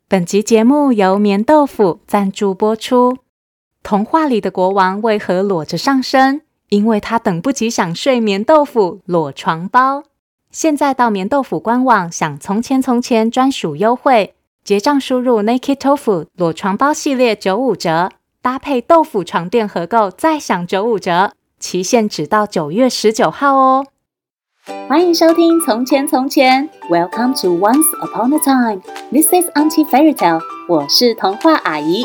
本集节目由棉豆腐赞助播出。童话里的国王为何裸着上身？因为他等不及想睡棉豆腐裸床包。现在到棉豆腐官网享从前从前专属优惠，结账输入 Naked Tofu 裸床包系列95折，搭配豆腐床垫合购再享95折，期限只到9月19号哦。欢迎收听从前从前 Welcome to Once Upon a Time This is Auntie Fairy Tale 我是童话阿姨。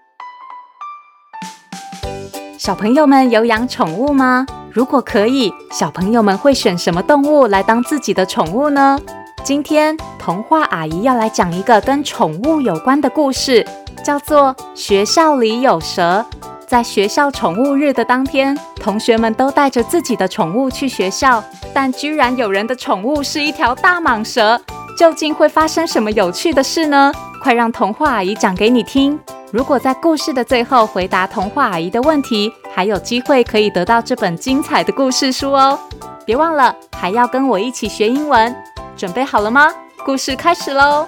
小朋友们有养宠物吗？如果可以，小朋友们会选什么动物来当自己的宠物呢？今天童话阿姨要来讲一个跟宠物有关的故事，叫做学校里有蛇。在学校宠物日的当天，同学们都带着自己的宠物去学校，但居然有人的宠物是一条大蟒蛇。究竟会发生什么有趣的事呢？快让童话阿姨讲给你听。如果在故事的最后回答童话阿姨的问题，还有机会可以得到这本精彩的故事书哦。别忘了还要跟我一起学英文，准备好了吗？故事开始咯。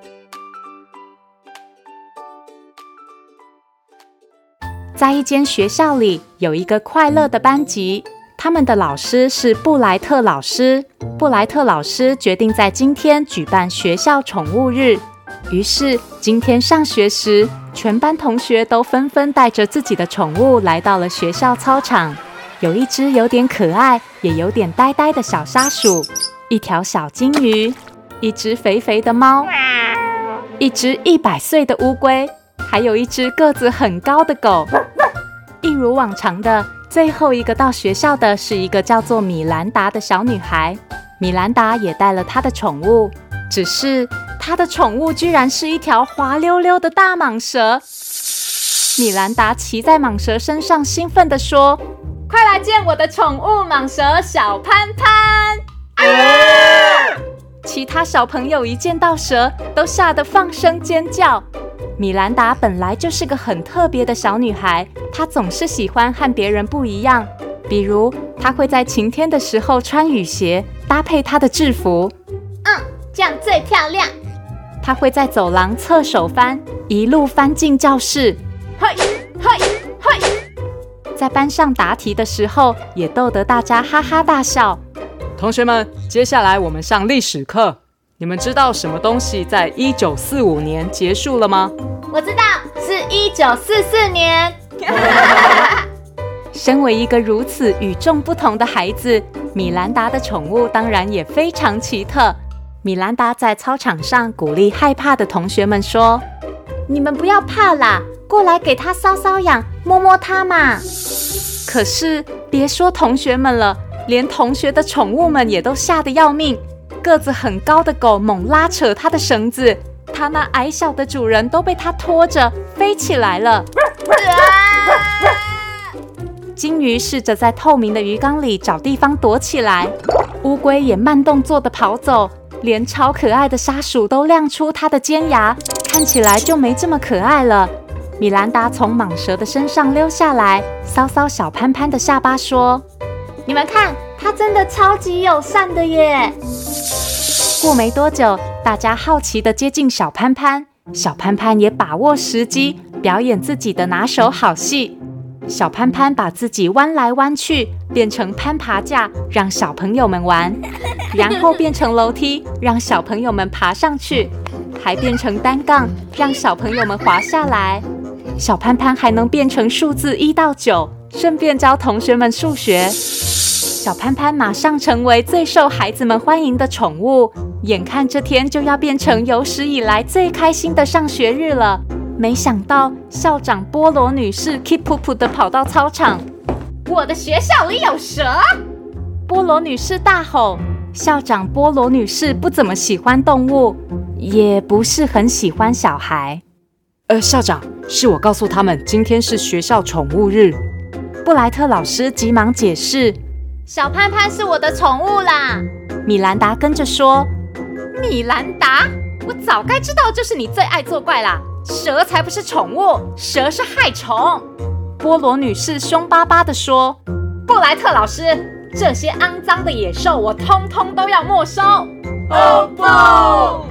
在一间学校里，有一个快乐的班级，他们的老师是布莱特老师。布莱特老师决定在今天举办学校宠物日，于是今天上学时，全班同学都纷纷带着自己的宠物来到了学校操场。有一只有点可爱也有点呆呆的小沙鼠，一条小金鱼，一只肥肥的猫，一只100岁的乌龟，还有一只个子很高的狗。一如往常的，最后一个到学校的是一个叫做米兰达的小女孩。米兰达也带了她的宠物，只是她的宠物居然是一条滑溜溜的大蟒蛇。米兰达骑在蟒蛇身上，兴奋地说：“快来见我的宠物蟒蛇小潘潘！”其他小朋友一见到蛇，都吓得放声尖叫。米兰达本来就是个很特别的小女孩，她总是喜欢和别人不一样。比如，她会在晴天的时候穿雨鞋，搭配她的制服。 这样最漂亮。 她会在走廊侧手翻，一路翻进教室。 嘿，嘿，嘿！ 在班上答题的时候，也逗得大家哈哈大笑。 同学们，接下来我们上历史课。你们知道什么东西在1945年结束了吗？ 我知道，是1944年。 身为一个如此与众不同的孩子，米兰达的宠物当然也非常奇特。米兰达在操场上鼓励害怕的同学们说：“ 你们不要怕啦，过来给它搔搔痒，摸摸它嘛。” 可是别说同学们了，连同学的宠物们也都吓得要命。个子很高的狗猛拉扯它的绳子，它那矮小的主人都被它拖着飞起来了。金鱼试着在透明的鱼缸里找地方躲起来，乌龟也慢动作地跑走，连超可爱的沙鼠都亮出它的尖牙，看起来就没这么可爱了。米兰达从蟒蛇的身上溜下来，搔搔小潘潘的下巴说：“ 你们看，它真的超级友善的耶！” 过没多久，大家好奇地接近小潘潘，小潘潘也把握时机，表演自己的拿手好戏。小潘潘把自己弯来弯去，变成攀爬架，让小朋友们玩，然后变成楼梯，让小朋友们爬上去，还变成单杠，让小朋友们滑下来。小潘潘还能变成数字1到9，顺便教同学们数学。小潘潘马上成为最受孩子们欢迎的宠物，眼看这天就要变成有史以来最开心的上学日了。没想到校长波罗女士 keep 噗噗地跑到操场， 我的学校里有蛇！ 波罗女士大吼。校长波罗女士不怎么喜欢动物，也不是很喜欢小孩。 校长，是我告诉他们今天是学校宠物日。 布莱特老师急忙解释， 小潘潘是我的宠物啦。 米兰达跟着说：“ 米兰达，我早该知道这是你最爱作怪啦。蛇才不是宠物，蛇是害虫。” 波罗女士凶巴巴地说：“ 布莱特老师，这些肮脏的野兽我通通都要没收。” 哦不！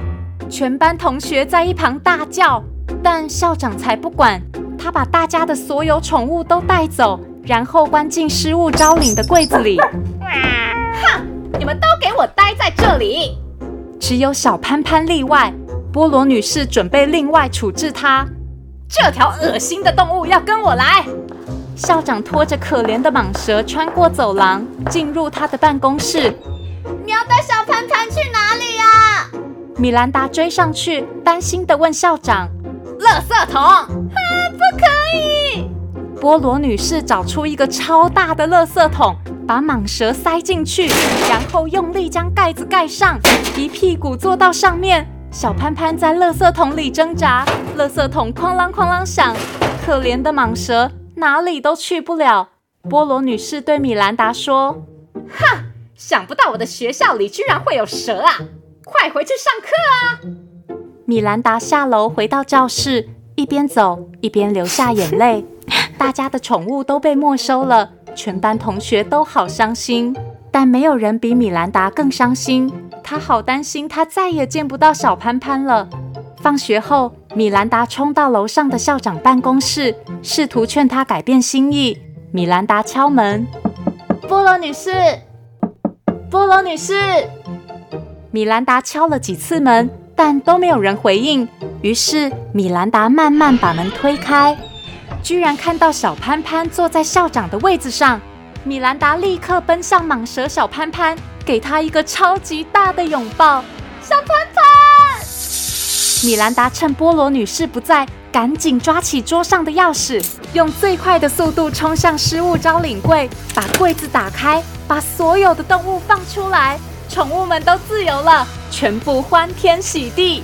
全班同学在一旁大叫，但校长才不管，他把大家的所有宠物都带走，然后关进失物招领的柜子里。 哼，你们都给我待在这里！ 只有小潘潘例外，菠萝女士准备另外处置她。 这条恶心的动物要跟我来！ 校长拖着可怜的蟒蛇穿过走廊，进入他的办公室。 你要带小潘潘去哪里呀？ 米兰达追上去，担心地问校长：“ 垃圾桶！” 不可以！ 菠萝女士找出一个超大的垃圾桶，把蟒蛇塞进去，然后用力将盖子盖上，一屁股坐到上面。小潘潘在垃圾桶里挣扎，垃圾桶哐啷哐啷响，可怜的蟒蛇哪里都去不了。菠萝女士对米兰达说：“ 哼，想不到我的学校里居然会有蛇啊！快回去上课啊！” 米兰达下楼回到教室，一边走一边流下眼泪。大家的宠物都被没收了，全班同学都好伤心，但没有人比米兰达更伤心。她好担心，她再也见不到小潘潘了。放学后，米兰达冲到楼上的校长办公室，试图劝他改变心意。米兰达敲门：“ 菠萝女士，菠萝女士。” 米兰达敲了几次门，但都没有人回应。于是米兰达慢慢把门推开，居然看到小潘潘坐在校长的位子上。米兰达立刻奔向蟒蛇小潘潘，给他一个超级大的拥抱。 小潘潘！ 米兰达趁菠萝女士不在，赶紧抓起桌上的钥匙，用最快的速度冲向失物招领柜，把柜子打开，把所有的动物放出来。宠物们都自由了，全部欢天喜地。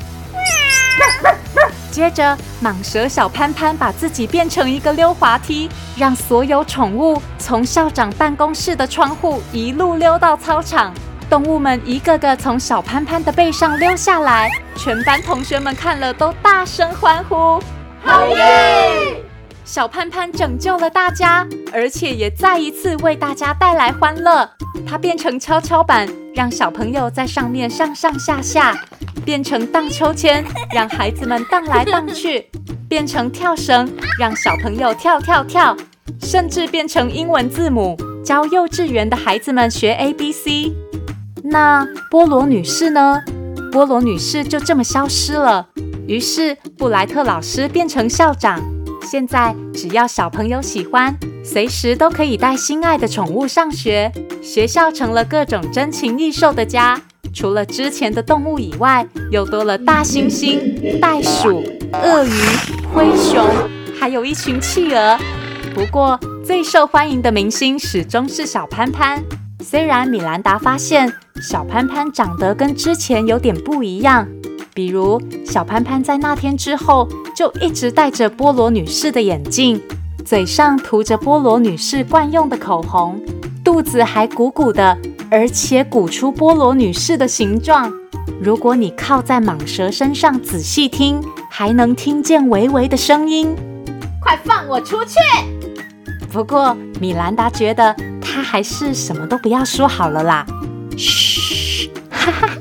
接着，蟒蛇小潘潘把自己变成一个溜滑梯，让所有宠物从校长办公室的窗户一路溜到操场。动物们一个个从小潘潘的背上溜下来，全班同学们看了都大声欢呼：“ 好耶！” 小潘潘拯救了大家，而且也再一次为大家带来欢乐。它变成跷跷板，让小朋友在上面上上下下；变成荡秋千，让孩子们荡来荡去；变成跳绳，让小朋友跳跳跳；甚至变成英文字母，教幼稚园的孩子们学 ABC。那菠萝女士呢？菠萝女士就这么消失了。于是布莱特老师变成校长。现在只要小朋友喜欢，随时都可以带心爱的宠物上学。学校成了各种珍禽异兽的家。除了之前的动物以外，又多了大猩猩、袋鼠、鳄鱼、灰熊，还有一群企鹅。不过最受欢迎的明星始终是小潘潘。虽然米兰达发现小潘潘长得跟之前有点不一样，比如小潘潘在那天之后就一直戴着菠萝女士的眼镜，嘴上涂着菠萝女士惯用的口红，肚子还鼓鼓的，而且鼓出菠萝女士的形状。如果你靠在蟒蛇身上仔细听，还能听见微微的声音。 快放我出去！ 不过米兰达觉得她还是什么都不要说好了啦。嘘，哈哈。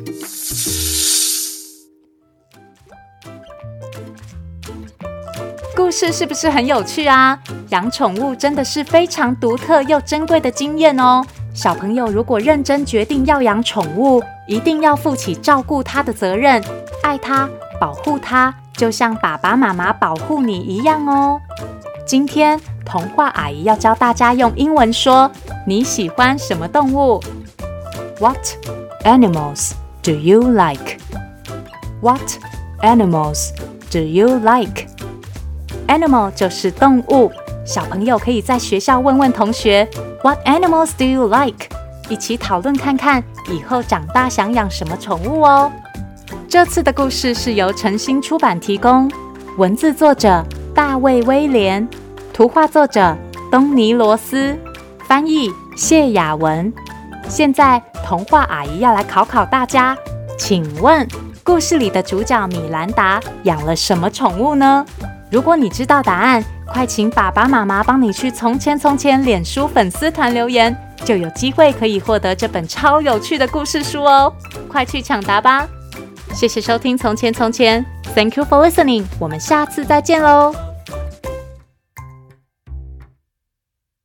故事是不是很有趣啊？养宠物真的是非常独特又珍贵的经验哦。小朋友如果认真决定要养宠物，一定要负起照顾它的责任，爱它，保护它，就像爸爸妈妈保护你一样哦。今天童话阿姨要教大家用英文说你喜欢什么动物。 What animals do you like? What animals do you like? Animal 就是动物，小朋友可以在学校问问同学 What animals do you like? 一起讨论看看以后长大想养什么宠物哦。这次的故事是由晨星出版提供，文字作者大卫·威廉，图画作者东尼·罗斯，翻译谢雅文。现在童话阿姨要来考考大家，请问故事里的主角米兰达养了什么宠物呢？如果你知道答案，快请爸爸妈妈帮你去从前从前脸书粉丝团留言，就有机会可以获得这本超有趣的故事书哦！快去抢答吧！ 谢谢收听《从前从前》，Thank you for listening，我们下次再见喽。